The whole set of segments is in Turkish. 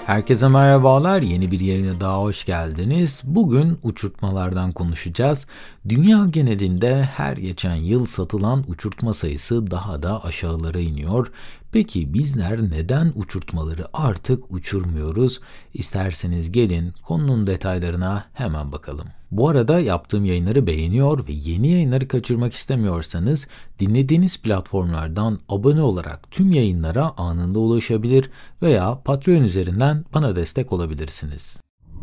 Herkese merhabalar, yeni bir yayına daha hoş geldiniz. Bugün uçurtmalardan konuşacağız. Dünya genelinde her geçen yıl satılan uçurtma sayısı daha da aşağılara iniyor. Peki bizler neden uçurtmaları artık uçurmuyoruz? İsterseniz gelin konunun detaylarına hemen bakalım. Bu arada yaptığım yayınları beğeniyor ve yeni yayınları kaçırmak istemiyorsanız dinlediğiniz platformlardan abone olarak tüm yayınlara anında ulaşabilir veya Patreon üzerinden bana destek olabilirsiniz.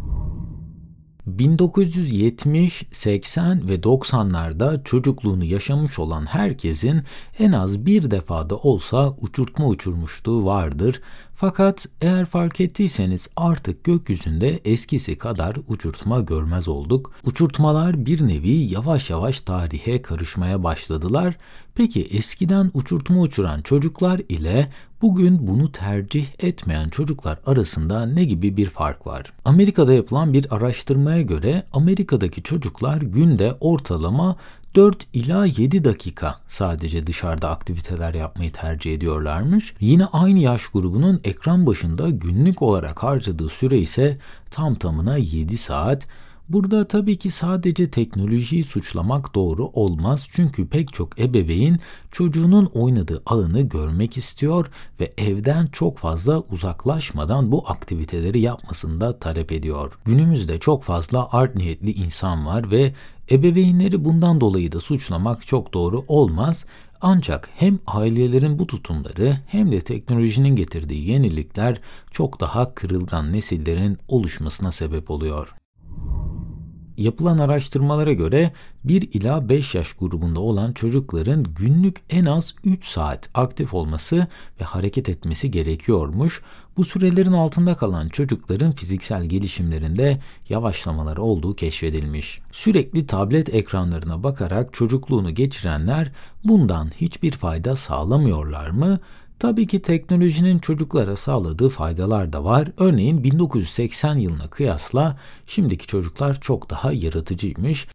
1970, 80 ve 90'larda çocukluğunu yaşamış olan herkesin en az bir defada olsa uçurtma uçurmuşluğu vardır. Fakat eğer fark ettiyseniz artık gökyüzünde eskisi kadar uçurtma görmez olduk. Uçurtmalar bir nevi yavaş yavaş tarihe karışmaya başladılar. Peki eskiden uçurtma uçuran çocuklar ile bugün bunu tercih etmeyen çocuklar arasında ne gibi bir fark var? Amerika'da yapılan bir araştırmaya göre Amerika'daki çocuklar günde ortalama 4 ila 7 dakika sadece dışarıda aktiviteler yapmayı tercih ediyorlarmış. Yine aynı yaş grubunun ekran başında günlük olarak harcadığı süre ise tam tamına 7 saat. Burada tabii ki sadece teknolojiyi suçlamak doğru olmaz. Çünkü pek çok ebeveyn çocuğunun oynadığı alanı görmek istiyor ve evden çok fazla uzaklaşmadan bu aktiviteleri yapmasını da talep ediyor. Günümüzde çok fazla art niyetli insan var ve ebeveynleri bundan dolayı da suçlamak çok doğru olmaz. Ancak hem ailelerin bu tutumları hem de teknolojinin getirdiği yenilikler çok daha kırılgan nesillerin oluşmasına sebep oluyor. Yapılan araştırmalara göre 1 ila 5 yaş grubunda olan çocukların günlük en az 3 saat aktif olması ve hareket etmesi gerekiyormuş. Bu sürelerin altında kalan çocukların fiziksel gelişimlerinde yavaşlamalar olduğu keşfedilmiş. Sürekli tablet ekranlarına bakarak çocukluğunu geçirenler bundan hiçbir fayda sağlamıyorlar mı? Tabii ki teknolojinin çocuklara sağladığı faydalar da var. Örneğin 1980 yılına kıyasla şimdiki çocuklar çok daha yaratıcıymış.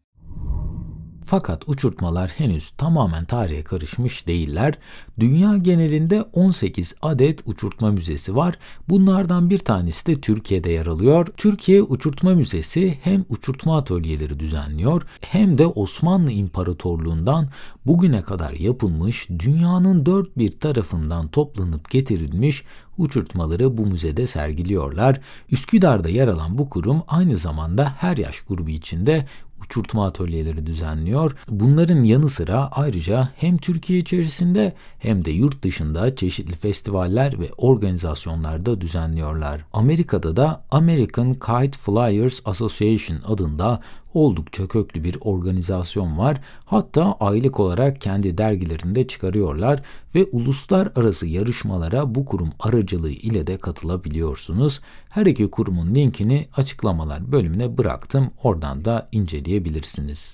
Fakat uçurtmalar henüz tamamen tarihe karışmış değiller. Dünya genelinde 18 adet uçurtma müzesi var. Bunlardan bir tanesi de Türkiye'de yer alıyor. Türkiye Uçurtma Müzesi hem uçurtma atölyeleri düzenliyor hem de Osmanlı İmparatorluğundan bugüne kadar yapılmış, dünyanın dört bir tarafından toplanıp getirilmiş uçurtmaları bu müzede sergiliyorlar. Üsküdar'da yer alan bu kurum aynı zamanda her yaş grubu içinde uçurtma atölyeleri düzenliyor. Bunların yanı sıra ayrıca hem Türkiye içerisinde hem de yurt dışında çeşitli festivaller ve organizasyonlarda düzenliyorlar. Amerika'da da American Kite Flyers Association adında oldukça köklü bir organizasyon var. Hatta aylık olarak kendi dergilerinde çıkarıyorlar ve uluslararası yarışmalara bu kurum aracılığı ile de katılabiliyorsunuz. Her iki kurumun linkini açıklamalar bölümüne bıraktım. Oradan da inceleyebilirsiniz.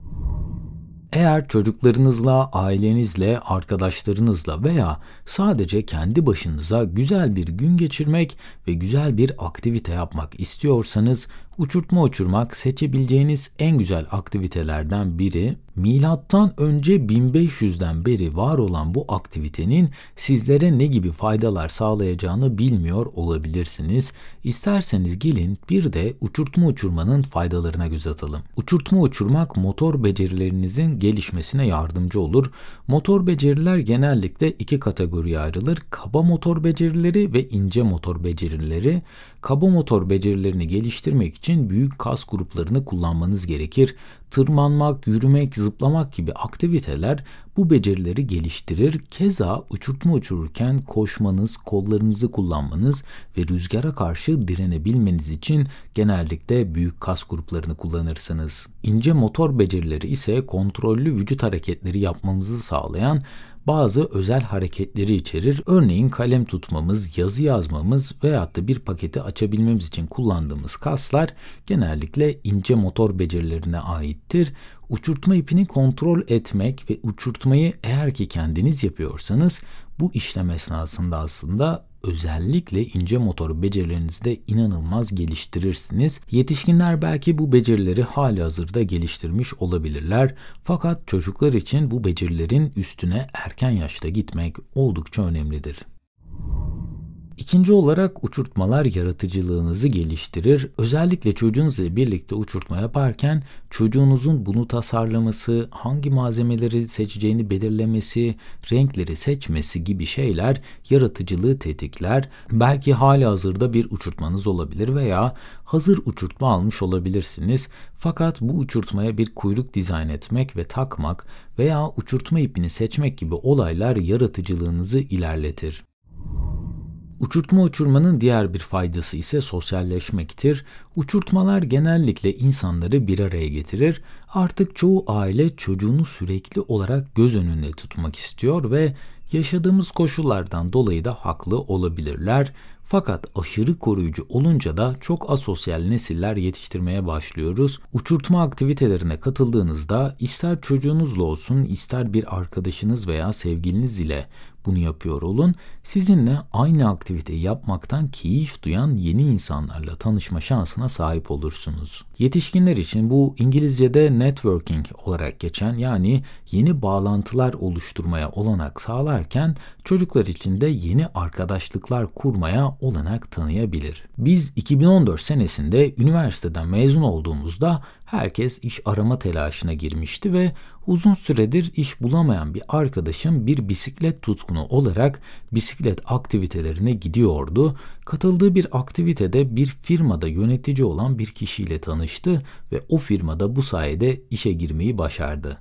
Eğer çocuklarınızla, ailenizle, arkadaşlarınızla veya sadece kendi başınıza güzel bir gün geçirmek ve güzel bir aktivite yapmak istiyorsanız uçurtma uçurmak seçebileceğiniz en güzel aktivitelerden biri. Milattan önce 1500'den beri var olan bu aktivitenin sizlere ne gibi faydalar sağlayacağını bilmiyor olabilirsiniz. İsterseniz gelin bir de uçurtma uçurmanın faydalarına göz atalım. Uçurtma uçurmak motor becerilerinizin gelişmesine yardımcı olur. Motor beceriler genellikle iki kategoriye ayrılır. Kaba motor becerileri ve ince motor becerileri. Kaba motor becerilerini geliştirmek için büyük kas gruplarını kullanmanız gerekir. Tırmanmak, yürümek, zıplamak gibi aktiviteler bu becerileri geliştirir. Keza uçurtma uçururken koşmanız, kollarınızı kullanmanız ve rüzgara karşı direnebilmeniz için genellikle büyük kas gruplarını kullanırsınız. İnce motor becerileri ise kontrollü vücut hareketleri yapmamızı sağlayan bazı özel hareketleri içerir. Örneğin kalem tutmamız, yazı yazmamız veyahut da bir paketi açabilmemiz için kullandığımız kaslar genellikle ince motor becerilerine aittir. Uçurtma ipini kontrol etmek ve uçurtmayı eğer ki kendiniz yapıyorsanız bu işlem esnasında aslında özellikle ince motor becerilerinizi de inanılmaz geliştirirsiniz. Yetişkinler belki bu becerileri halihazırda geliştirmiş olabilirler. Fakat çocuklar için bu becerilerin üstüne erken yaşta gitmek oldukça önemlidir. İkinci olarak uçurtmalar yaratıcılığınızı geliştirir. Özellikle çocuğunuzla birlikte uçurtma yaparken çocuğunuzun bunu tasarlaması, hangi malzemeleri seçeceğini belirlemesi, renkleri seçmesi gibi şeyler yaratıcılığı tetikler. Belki halihazırda bir uçurtmanız olabilir veya hazır uçurtma almış olabilirsiniz. Fakat bu uçurtmaya bir kuyruk dizayn etmek ve takmak veya uçurtma ipini seçmek gibi olaylar yaratıcılığınızı ilerletir. Uçurtma uçurmanın diğer bir faydası ise sosyalleşmektir. Uçurtmalar genellikle insanları bir araya getirir. Artık çoğu aile çocuğunu sürekli olarak göz önünde tutmak istiyor ve yaşadığımız koşullardan dolayı da haklı olabilirler. Fakat aşırı koruyucu olunca da çok asosyal nesiller yetiştirmeye başlıyoruz. Uçurtma aktivitelerine katıldığınızda ister çocuğunuzla olsun, ister bir arkadaşınız veya sevgiliniz ile bunu yapıyor olun, sizinle aynı aktiviteyi yapmaktan keyif duyan yeni insanlarla tanışma şansına sahip olursunuz. Yetişkinler için bu İngilizce'de networking olarak geçen, yani yeni bağlantılar oluşturmaya olanak sağlarken çocuklar için de yeni arkadaşlıklar kurmaya olanak tanıyabilir. Biz 2014 senesinde üniversiteden mezun olduğumuzda herkes iş arama telaşına girmişti ve uzun süredir iş bulamayan bir arkadaşım bir bisiklet tutkunu olarak bisiklet aktivitelerine gidiyordu. Katıldığı bir aktivitede bir firmada yönetici olan bir kişiyle tanıştı ve o firmada bu sayede işe girmeyi başardı.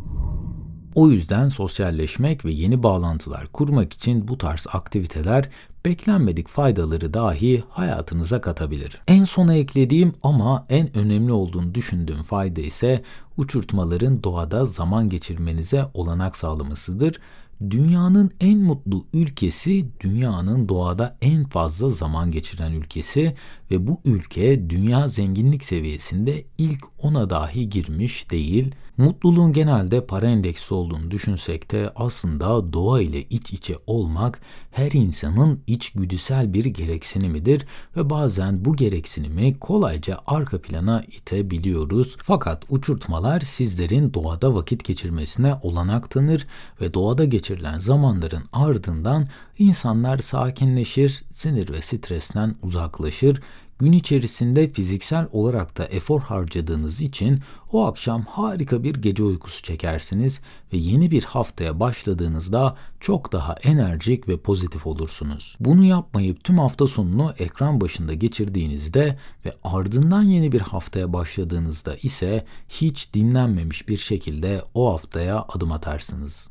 O yüzden sosyalleşmek ve yeni bağlantılar kurmak için bu tarz aktiviteler beklenmedik faydaları dahi hayatınıza katabilir. En sona eklediğim ama en önemli olduğunu düşündüğüm fayda ise uçurtmaların doğada zaman geçirmenize olanak sağlamasıdır. Dünyanın en mutlu ülkesi, dünyanın doğada en fazla zaman geçiren ülkesi ve bu ülke dünya zenginlik seviyesinde ilk 10'a dahi girmiş değil. Mutluluğun genelde para endeksi olduğunu düşünsek de aslında doğa ile iç içe olmak her insanın içgüdüsel bir gereksinimidir ve bazen bu gereksinimi kolayca arka plana itebiliyoruz. Fakat uçurtmalar sizlerin doğada vakit geçirmesine olanak tanır ve doğada geçirilen zamanların ardından insanlar sakinleşir, sinir ve stresten uzaklaşır. Gün içerisinde fiziksel olarak da efor harcadığınız için o akşam harika bir gece uykusu çekersiniz ve yeni bir haftaya başladığınızda çok daha enerjik ve pozitif olursunuz. Bunu yapmayıp tüm hafta sonunu ekran başında geçirdiğinizde ve ardından yeni bir haftaya başladığınızda ise hiç dinlenmemiş bir şekilde o haftaya adım atarsınız.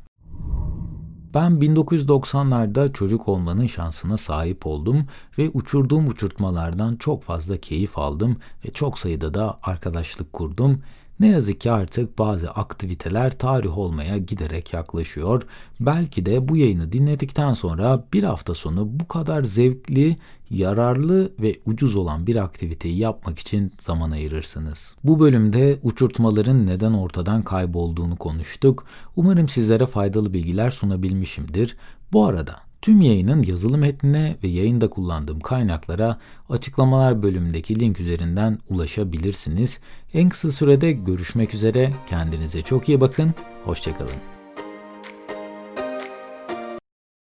Ben 1990'larda çocuk olmanın şansına sahip oldum ve uçurduğum uçurtmalardan çok fazla keyif aldım ve çok sayıda da arkadaşlık kurdum. Ne yazık ki artık bazı aktiviteler tarih olmaya giderek yaklaşıyor. Belki de bu yayını dinledikten sonra bir hafta sonu bu kadar zevkli, yararlı ve ucuz olan bir aktiviteyi yapmak için zaman ayırırsınız. Bu bölümde uçurtmaların neden ortadan kaybolduğunu konuştuk. Umarım sizlere faydalı bilgiler sunabilmişimdir. Bu arada tüm yayının yazılı metnine ve yayında kullandığım kaynaklara açıklamalar bölümündeki link üzerinden ulaşabilirsiniz. En kısa sürede görüşmek üzere. Kendinize çok iyi bakın. Hoşça kalın.